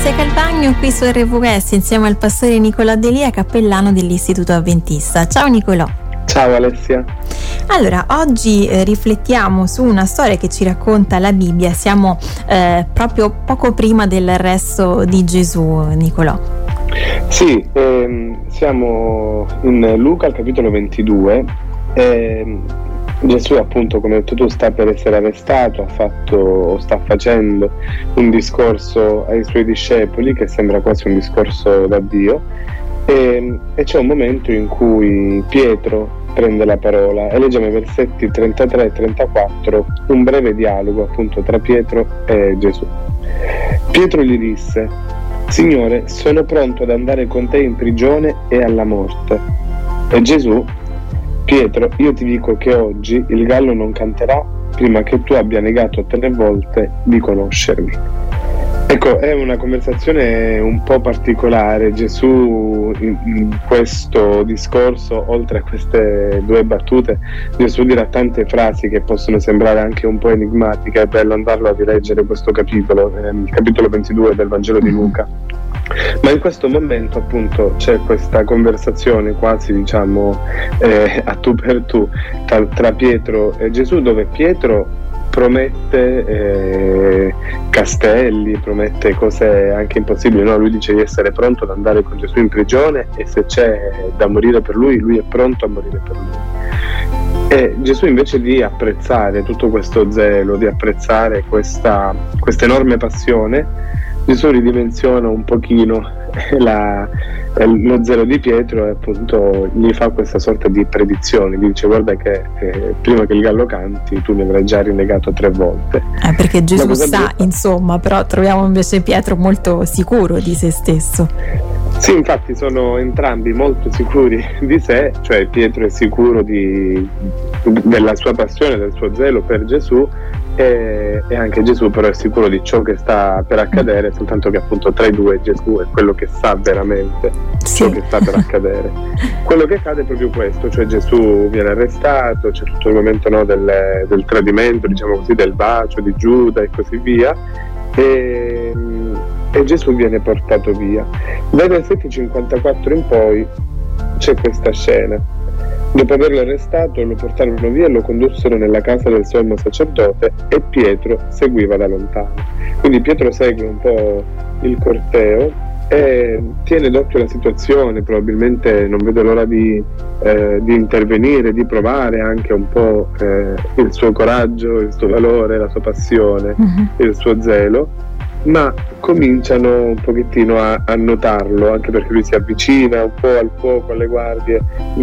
Alessia Calvagno qui su RVS insieme al pastore Nicolò Delia, cappellano dell'Istituto Adventista. Ciao Nicolò. Ciao Alessia. Allora, oggi riflettiamo su una storia che ci racconta la Bibbia. Siamo proprio poco prima dell'arresto di Gesù, Nicolò. Sì, siamo in Luca al capitolo 22. Gesù, appunto, come hai detto tu, sta per essere arrestato, sta facendo un discorso ai suoi discepoli che sembra quasi un discorso da Dio, e c'è un momento in cui Pietro prende la parola e leggiamo i versetti 33 e 34, un breve dialogo appunto tra Pietro e Gesù. Pietro gli disse: Signore, sono pronto ad andare con te in prigione e alla morte. E Gesù: Pietro, io ti dico che oggi il gallo non canterà prima che tu abbia negato 3 volte di conoscermi. Ecco, è una conversazione un po' particolare. Gesù in questo discorso, oltre a queste 2 battute, Gesù dirà tante frasi che possono sembrare anche un po' enigmatiche. È bello andarlo a rileggere questo capitolo, il capitolo 22 del Vangelo di Luca. Ma in questo momento appunto c'è questa conversazione quasi a tu per tu tra Pietro e Gesù, dove Pietro promette castelli, promette cose anche impossibili, no? Lui dice di essere pronto ad andare con Gesù in prigione e se c'è da morire per lui è pronto a morire per lui. E Gesù, invece di apprezzare tutto questo zelo, di apprezzare questa enorme passione, Gesù ridimensiona un pochino lo zelo di Pietro e appunto gli fa questa sorta di predizione. Gli dice: guarda che prima che il gallo canti tu mi avrai già rinnegato 3 volte. Perché Gesù sa, insomma, però troviamo invece Pietro molto sicuro di se stesso. Sì, infatti sono entrambi molto sicuri di sé, cioè Pietro è sicuro della sua passione, del suo zelo per Gesù, e anche Gesù però è sicuro di ciò che sta per accadere, soltanto che appunto tra i due Gesù è quello che sa veramente ciò che sta per accadere. Quello che accade è proprio questo, cioè Gesù viene arrestato, c'è tutto il momento del tradimento, diciamo così, del bacio di Giuda e così via, e Gesù viene portato via. Dai versetti 54 in poi c'è questa scena. Dopo averlo arrestato lo portarono via e lo condussero nella casa del sommo sacerdote e Pietro seguiva da lontano. Quindi Pietro segue un po' il corteo e tiene d'occhio la situazione, probabilmente non vede l'ora di intervenire, di provare anche un po' il suo coraggio, il suo valore, la sua passione, il suo zelo. Ma cominciano un pochettino a notarlo, anche perché lui si avvicina un po' al fuoco, alle guardie,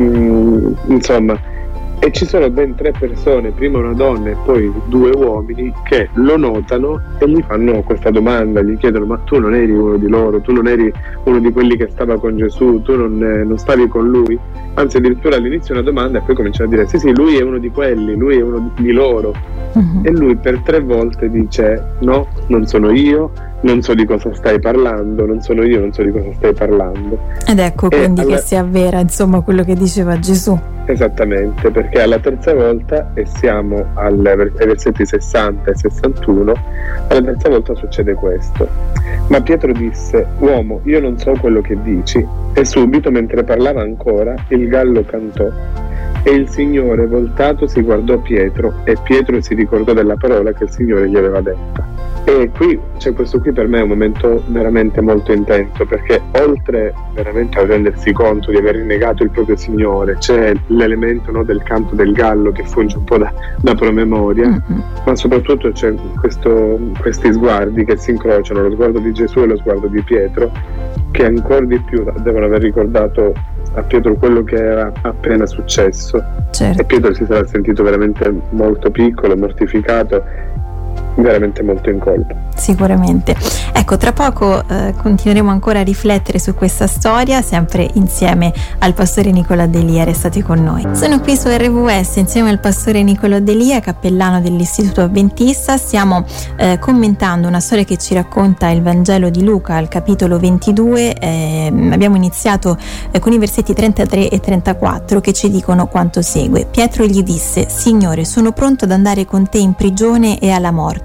insomma, e ci sono ben 3 persone, prima una donna e poi 2 uomini, che lo notano e gli fanno questa domanda, gli chiedono: ma tu non eri uno di loro, tu non eri uno di quelli che stava con Gesù, tu non stavi con lui? Anzi, addirittura all'inizio una domanda e poi cominciano a dire: sì, lui è uno di quelli, lui è uno di loro. E lui per 3 volte dice: no, non sono io, non so di cosa stai parlando, non sono io, non so di cosa stai parlando. Ed ecco quindi che si avvera, insomma, quello che diceva Gesù. Esattamente, perché alla 3ª volta, e siamo ai versetti 60 e 61, alla 3ª volta succede questo. Ma Pietro disse: uomo, io non so quello che dici. E subito, mentre parlava ancora, il gallo cantò. E il Signore, voltato, si guardò Pietro, e Pietro si ricordò della parola che il Signore gli aveva detta. E questo qui per me è un momento veramente molto intenso, perché oltre veramente a rendersi conto di aver rinnegato il proprio Signore, c'è l'elemento, no, del canto del gallo che funge un po' da promemoria, ma soprattutto c'è questi sguardi che si incrociano, lo sguardo di Gesù e lo sguardo di Pietro, che ancora di più devono aver ricordato a Pietro quello che era appena successo. Certo. E Pietro si sarà sentito veramente molto piccolo, mortificato, veramente molto in colpa. Sicuramente. Ecco, tra poco continueremo ancora a riflettere su questa storia, sempre insieme al pastore Nicolò Delia. Restate con noi. Sono qui su RVS insieme al pastore Nicolò Delia, cappellano dell'Istituto Adventista. Stiamo commentando una storia che ci racconta il Vangelo di Luca al capitolo 22. Abbiamo iniziato con i versetti 33 e 34 che ci dicono quanto segue. Pietro gli disse: Signore, sono pronto ad andare con te in prigione e alla morte.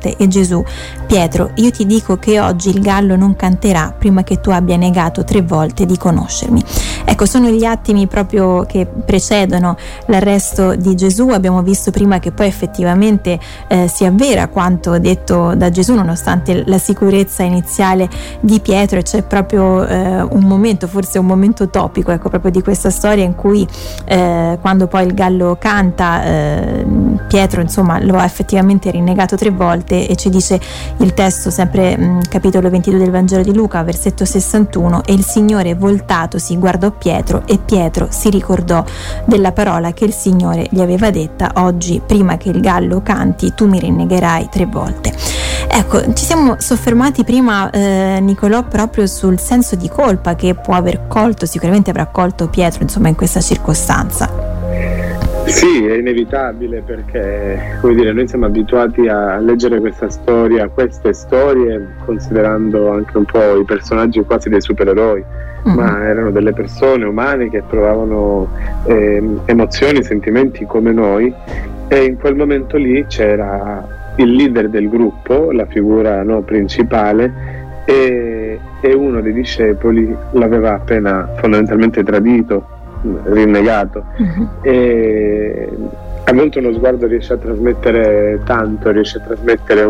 volte, e Gesù: Pietro, io ti dico che oggi il gallo non canterà prima che tu abbia negato 3 volte di conoscermi. Ecco, sono gli attimi proprio che precedono l'arresto di Gesù. Abbiamo visto prima che poi effettivamente si avvera quanto detto da Gesù, nonostante la sicurezza iniziale di Pietro, e c'è proprio un momento, forse un momento topico, ecco, proprio di questa storia, in cui quando poi il gallo canta, Pietro insomma lo ha effettivamente rinnegato 3 volte, e ci dice il testo, sempre capitolo 22 del Vangelo di Luca, versetto 61: e il Signore voltatosi guardò Pietro, e Pietro si ricordò della parola che il Signore gli aveva detta: oggi prima che il gallo canti tu mi rinnegherai 3 volte. Ecco, ci siamo soffermati prima, Nicolò, proprio sul senso di colpa che può aver colto, sicuramente avrà colto Pietro, insomma, in questa circostanza. Sì, è inevitabile, perché, come dire, noi siamo abituati a leggere queste storie, considerando anche un po' i personaggi quasi dei supereroi, ma erano delle persone umane che provavano emozioni, sentimenti come noi, e in quel momento lì c'era il leader del gruppo, la figura principale, e uno dei discepoli l'aveva appena fondamentalmente tradito, rinnegato. E a volte uno sguardo riesce a trasmettere tanto, riesce a trasmettere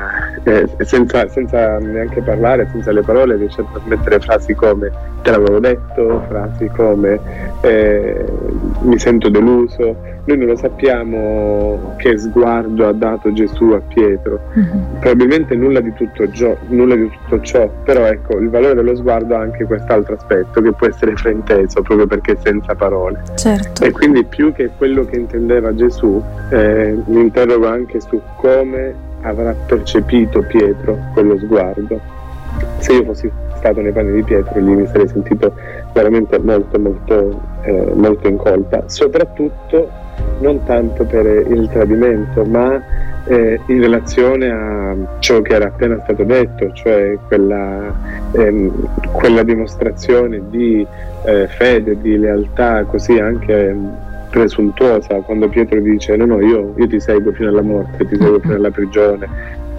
senza neanche parlare, senza le parole, riesce a trasmettere frasi come te l'avevo detto, frasi come mi sento deluso. Noi non lo sappiamo che sguardo ha dato Gesù a Pietro, probabilmente nulla di tutto ciò, però ecco, il valore dello sguardo ha anche quest'altro aspetto che può essere frainteso proprio perché è senza parole. Certo. E quindi, più che quello che intendeva Gesù, mi interrogo anche su come avrà percepito Pietro quello sguardo. Se io fossi stato nei panni di Pietro, lì mi sarei sentito veramente molto in colpa, soprattutto non tanto per il tradimento, ma in relazione a ciò che era appena stato detto, cioè quella dimostrazione di fede, di lealtà, così anche presuntuosa, quando Pietro dice no, io ti seguo fino alla morte, ti seguo fino alla prigione,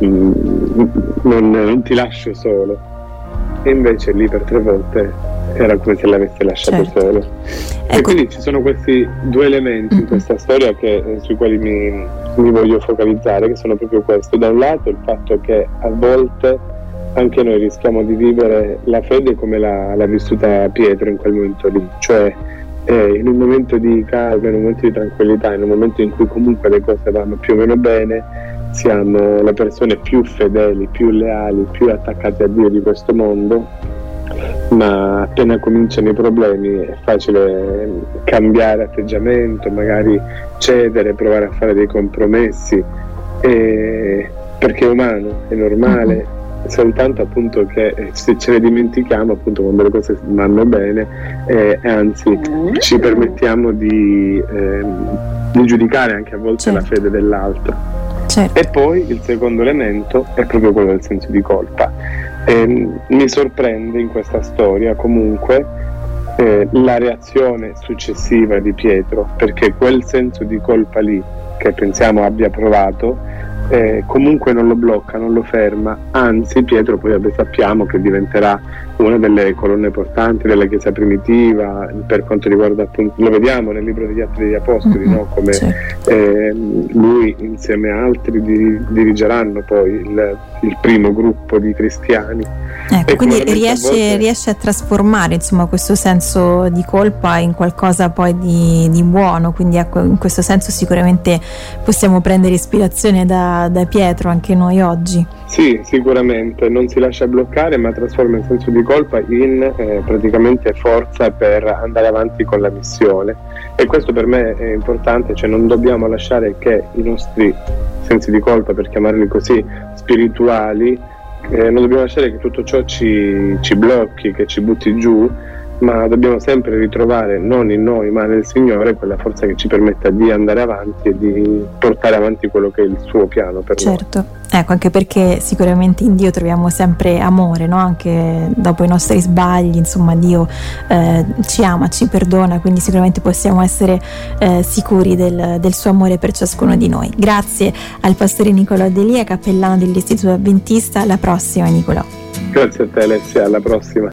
non ti lascio solo. E invece lì per 3 volte era come se l'avesse lasciato solo. E quindi ci sono questi 2 elementi in questa storia sui quali mi voglio focalizzare, che sono proprio questo: da un lato il fatto che a volte anche noi rischiamo di vivere la fede come l'ha vissuta Pietro in quel momento lì, cioè in un momento di calma, in un momento di tranquillità, in un momento in cui comunque le cose vanno più o meno bene, siamo le persone più fedeli, più leali, più attaccate a Dio di questo mondo, ma appena cominciano i problemi è facile cambiare atteggiamento, magari cedere, provare a fare dei compromessi, perché è umano, è normale. Soltanto appunto che se ce ne dimentichiamo appunto quando le cose vanno bene, anzi ci permettiamo di giudicare anche a volte la fede dell'altro. Certo. E poi il secondo elemento è proprio quello del senso di colpa. Mi sorprende in questa storia comunque la reazione successiva di Pietro, perché quel senso di colpa lì che pensiamo abbia provato comunque non lo blocca, non lo ferma, anzi Pietro poi sappiamo che diventerà una delle colonne portanti della Chiesa primitiva, per quanto riguarda appunto, lo vediamo nel libro degli Atti degli Apostoli, no? Come lui insieme a altri dirigeranno poi il primo gruppo di cristiani. Ecco, quindi riesce a trasformare insomma questo senso di colpa in qualcosa poi di buono, quindi ecco, in questo senso sicuramente possiamo prendere ispirazione da Pietro anche noi oggi. Sì, sicuramente non si lascia bloccare, ma trasforma il senso di colpa in praticamente forza per andare avanti con la missione, e questo per me è importante, cioè non dobbiamo lasciare che i nostri sensi di colpa, per chiamarli così, spirituali, non dobbiamo lasciare che tutto ciò ci blocchi, che ci butti giù, ma dobbiamo sempre ritrovare, non in noi ma nel Signore, quella forza che ci permetta di andare avanti e di portare avanti quello che è il suo piano per noi. Certo, ecco, anche perché sicuramente in Dio troviamo sempre amore, no? Anche dopo i nostri sbagli, insomma, Dio ci ama, ci perdona, quindi sicuramente possiamo essere sicuri del suo amore per ciascuno di noi. Grazie al pastore Nicolò Delia, cappellano dell'Istituto Adventista. Alla prossima, Nicolò. Grazie a te, Alessia, alla prossima.